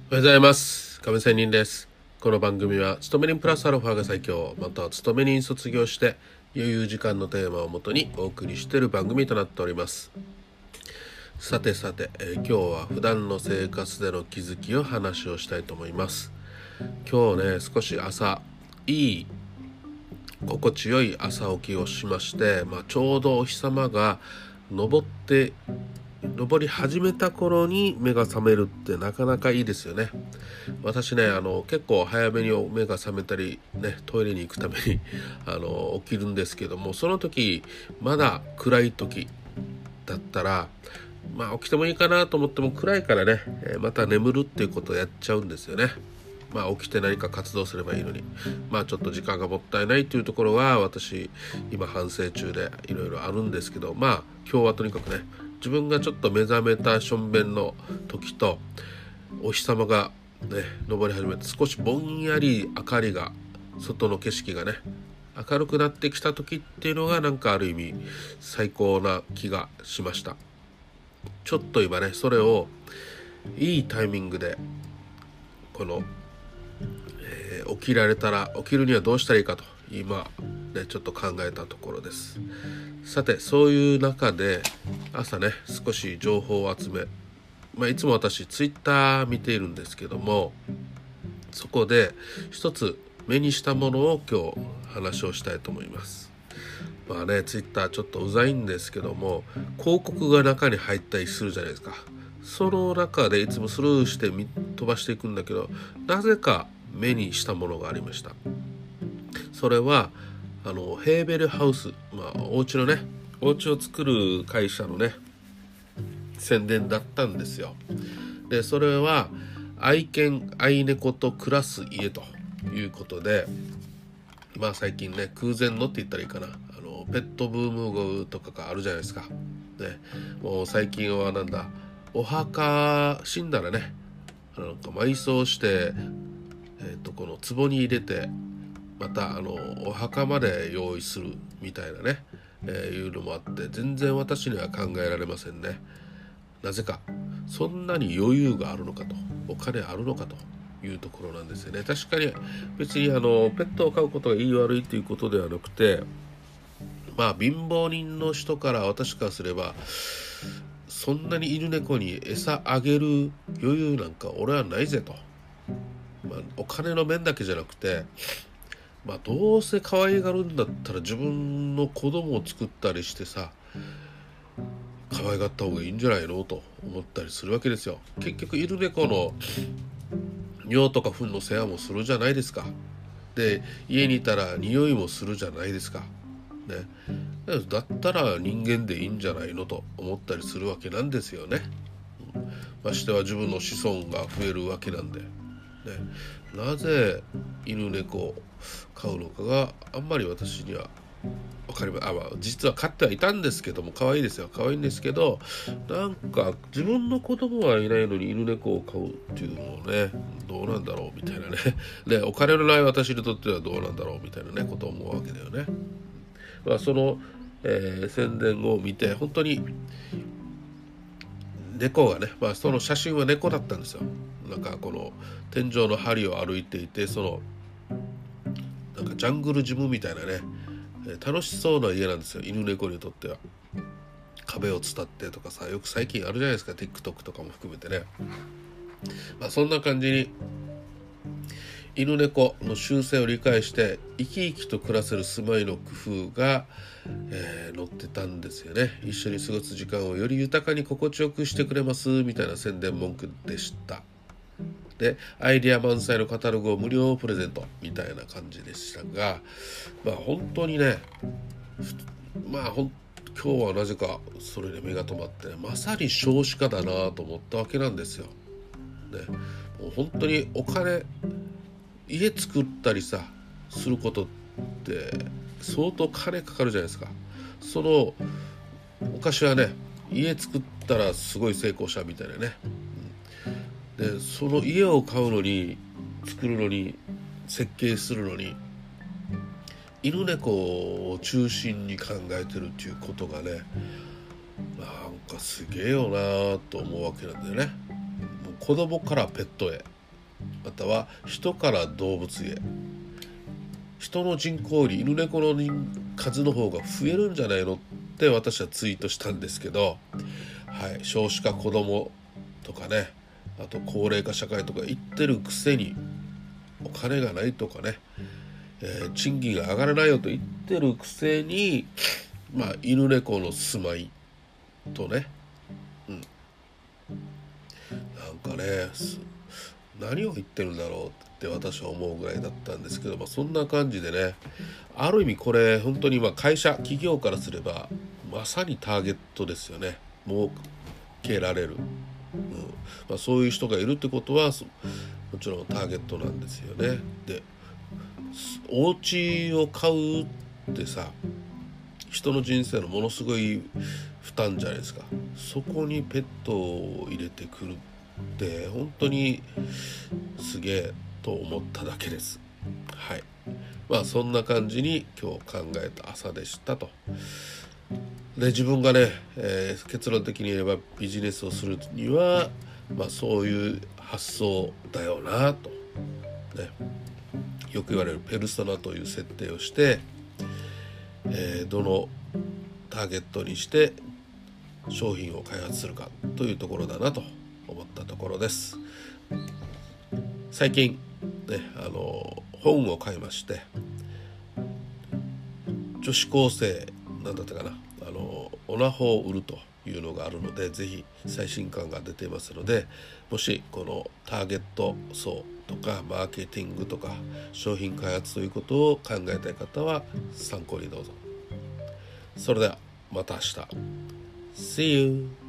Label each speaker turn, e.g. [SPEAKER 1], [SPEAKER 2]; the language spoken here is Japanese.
[SPEAKER 1] おはようございます。亀仙人です。この番組は勤め人プラスアルファが最強、または勤め人卒業して余裕時間のテーマをもとにお送りしている番組となっております。さて、今日は普段の生活での気づきを話をしたいと思います。今日ね、少し朝いい心地よい朝起きをしまして、ちょうどお日様が昇り始めた頃に目が覚めるってなかなかいいですよね。私ね、結構早めに目が覚めたりね、トイレに行くために起きるんですけども、その時まだ暗い時だったら起きてもいいかなと思っても暗いからね、また眠るっていうことをやっちゃうんですよね。起きて何か活動すればいいのに、ちょっと時間がもったいないというところは私今反省中でいろいろあるんですけど、今日はとにかくね、自分がちょっと目覚めたしょんべんの時とお日様がね昇り始めて、少しぼんやり明かりが、外の景色がね明るくなってきた時っていうのが、なんかある意味最高な気がしました。ちょっと今ね、それをいいタイミングでこの起きられたら、起きるにはどうしたらいいかと今ねちょっと考えたところです。さて、そういう中で朝ね少し情報を集め、いつも私ツイッター見ているんですけども、そこで一つ目にしたものを今日話をしたいと思います。ツイッターちょっとうざいんですけども、広告が中に入ったりするじゃないですか。その中でいつもスルーして飛ばしていくんだけど、なぜか目にしたものがありました。それはヘーベルハウス、お家のね、お家を作る会社のね宣伝だったんですよ。でそれは愛犬愛猫と暮らす家ということで、最近ね、空前のって言ったらいいかな、ペットブームとかがあるじゃないですか。ね、もう最近はなんだ、お墓死んだらね、なんか埋葬して、この壺に入れて、またお墓まで用意するみたいなね、いうのもあって、全然私には考えられませんね。なぜか、そんなに余裕があるのかと、お金あるのかというところなんですよね。確かに別にペットを飼うことがいい悪いということではなくて、貧乏人の人から、私からすればそんなに犬猫に餌あげる余裕なんか俺はないぜと、お金の面だけじゃなくて、どうせ可愛がるんだったら自分の子供を作ったりしてさ、可愛がった方がいいんじゃないのと思ったりするわけですよ。結局犬猫の尿とか糞の世話もするじゃないですか。で家にいたら匂いもするじゃないですかね。だったら人間でいいんじゃないのと思ったりするわけなんですよね。ましては自分の子孫が増えるわけなんで、ね、なぜ犬猫を飼うのかがあんまり私には分かりません。実は飼ってはいたんですけども、可愛いですよ、可愛いんですけど、なんか自分の子供はいないのに犬猫を飼うっていうのをね、どうなんだろうみたいなねでお金のない私にとってはどうなんだろうみたいなねことを思うわけだよね。その、宣伝を見て本当に猫がね、その写真は猫だったんですよ。なんかこの天井の梁を歩いていて、そのなんかジャングルジムみたいなね、楽しそうな家なんですよ、犬猫にとっては。壁を伝ってとかさ、よく最近あるじゃないですか、 TikTok とかも含めてね。そんな感じに犬猫の習性を理解して生き生きと暮らせる住まいの工夫が、載ってたんですよね。一緒に過ごす時間をより豊かに心地よくしてくれますみたいな宣伝文句でした。でアイデア満載のカタログを無料プレゼントみたいな感じでしたが、本当にね、今日はなぜかそれで目が止まって、まさに少子化だなと思ったわけなんですよ、ね。もう本当にお金、家作ったりさすることって相当金かかるじゃないですか。その昔はね、家作ったらすごい成功者みたいなね、でその家を買うのに、作るのに、設計するのに犬猫を中心に考えてるっていうことがね、なんかすげえよなと思うわけなんだよね。もう子供からペットへまたは人から動物へ、人の人口より犬猫の数の方が増えるんじゃないのって私はツイートしたんですけど、はい、少子化子供とかね、あと高齢化社会とか言ってるくせにお金がないとかね、賃金が上がらないよと言ってるくせに、犬猫の住まいとね、なんかね、何を言ってるんだろうって私は思うぐらいだったんですけど、そんな感じでね、ある意味これ本当に会社企業からすればまさにターゲットですよね。儲けられる、そういう人がいるってことはもちろんターゲットなんですよね。で、お家を買うってさ、人の人生のものすごい負担じゃないですか。そこにペットを入れてくるって本当にすげえと思っただけです。はい。そんな感じに今日考えた朝でしたと。で、自分がね、結論的に言えばビジネスをするには、そういう発想だよなと、ね、よく言われるペルソナという設定をして、どのターゲットにして商品を開発するかというところだなと思ったところです。最近ね、本を買いまして、女子高生なんだったかな、オナホを売るというのがあるので、ぜひ最新刊が出ていますので、もしこのターゲット層とかマーケティングとか商品開発ということを考えたい方は参考にどうぞ。それではまた明日。See you!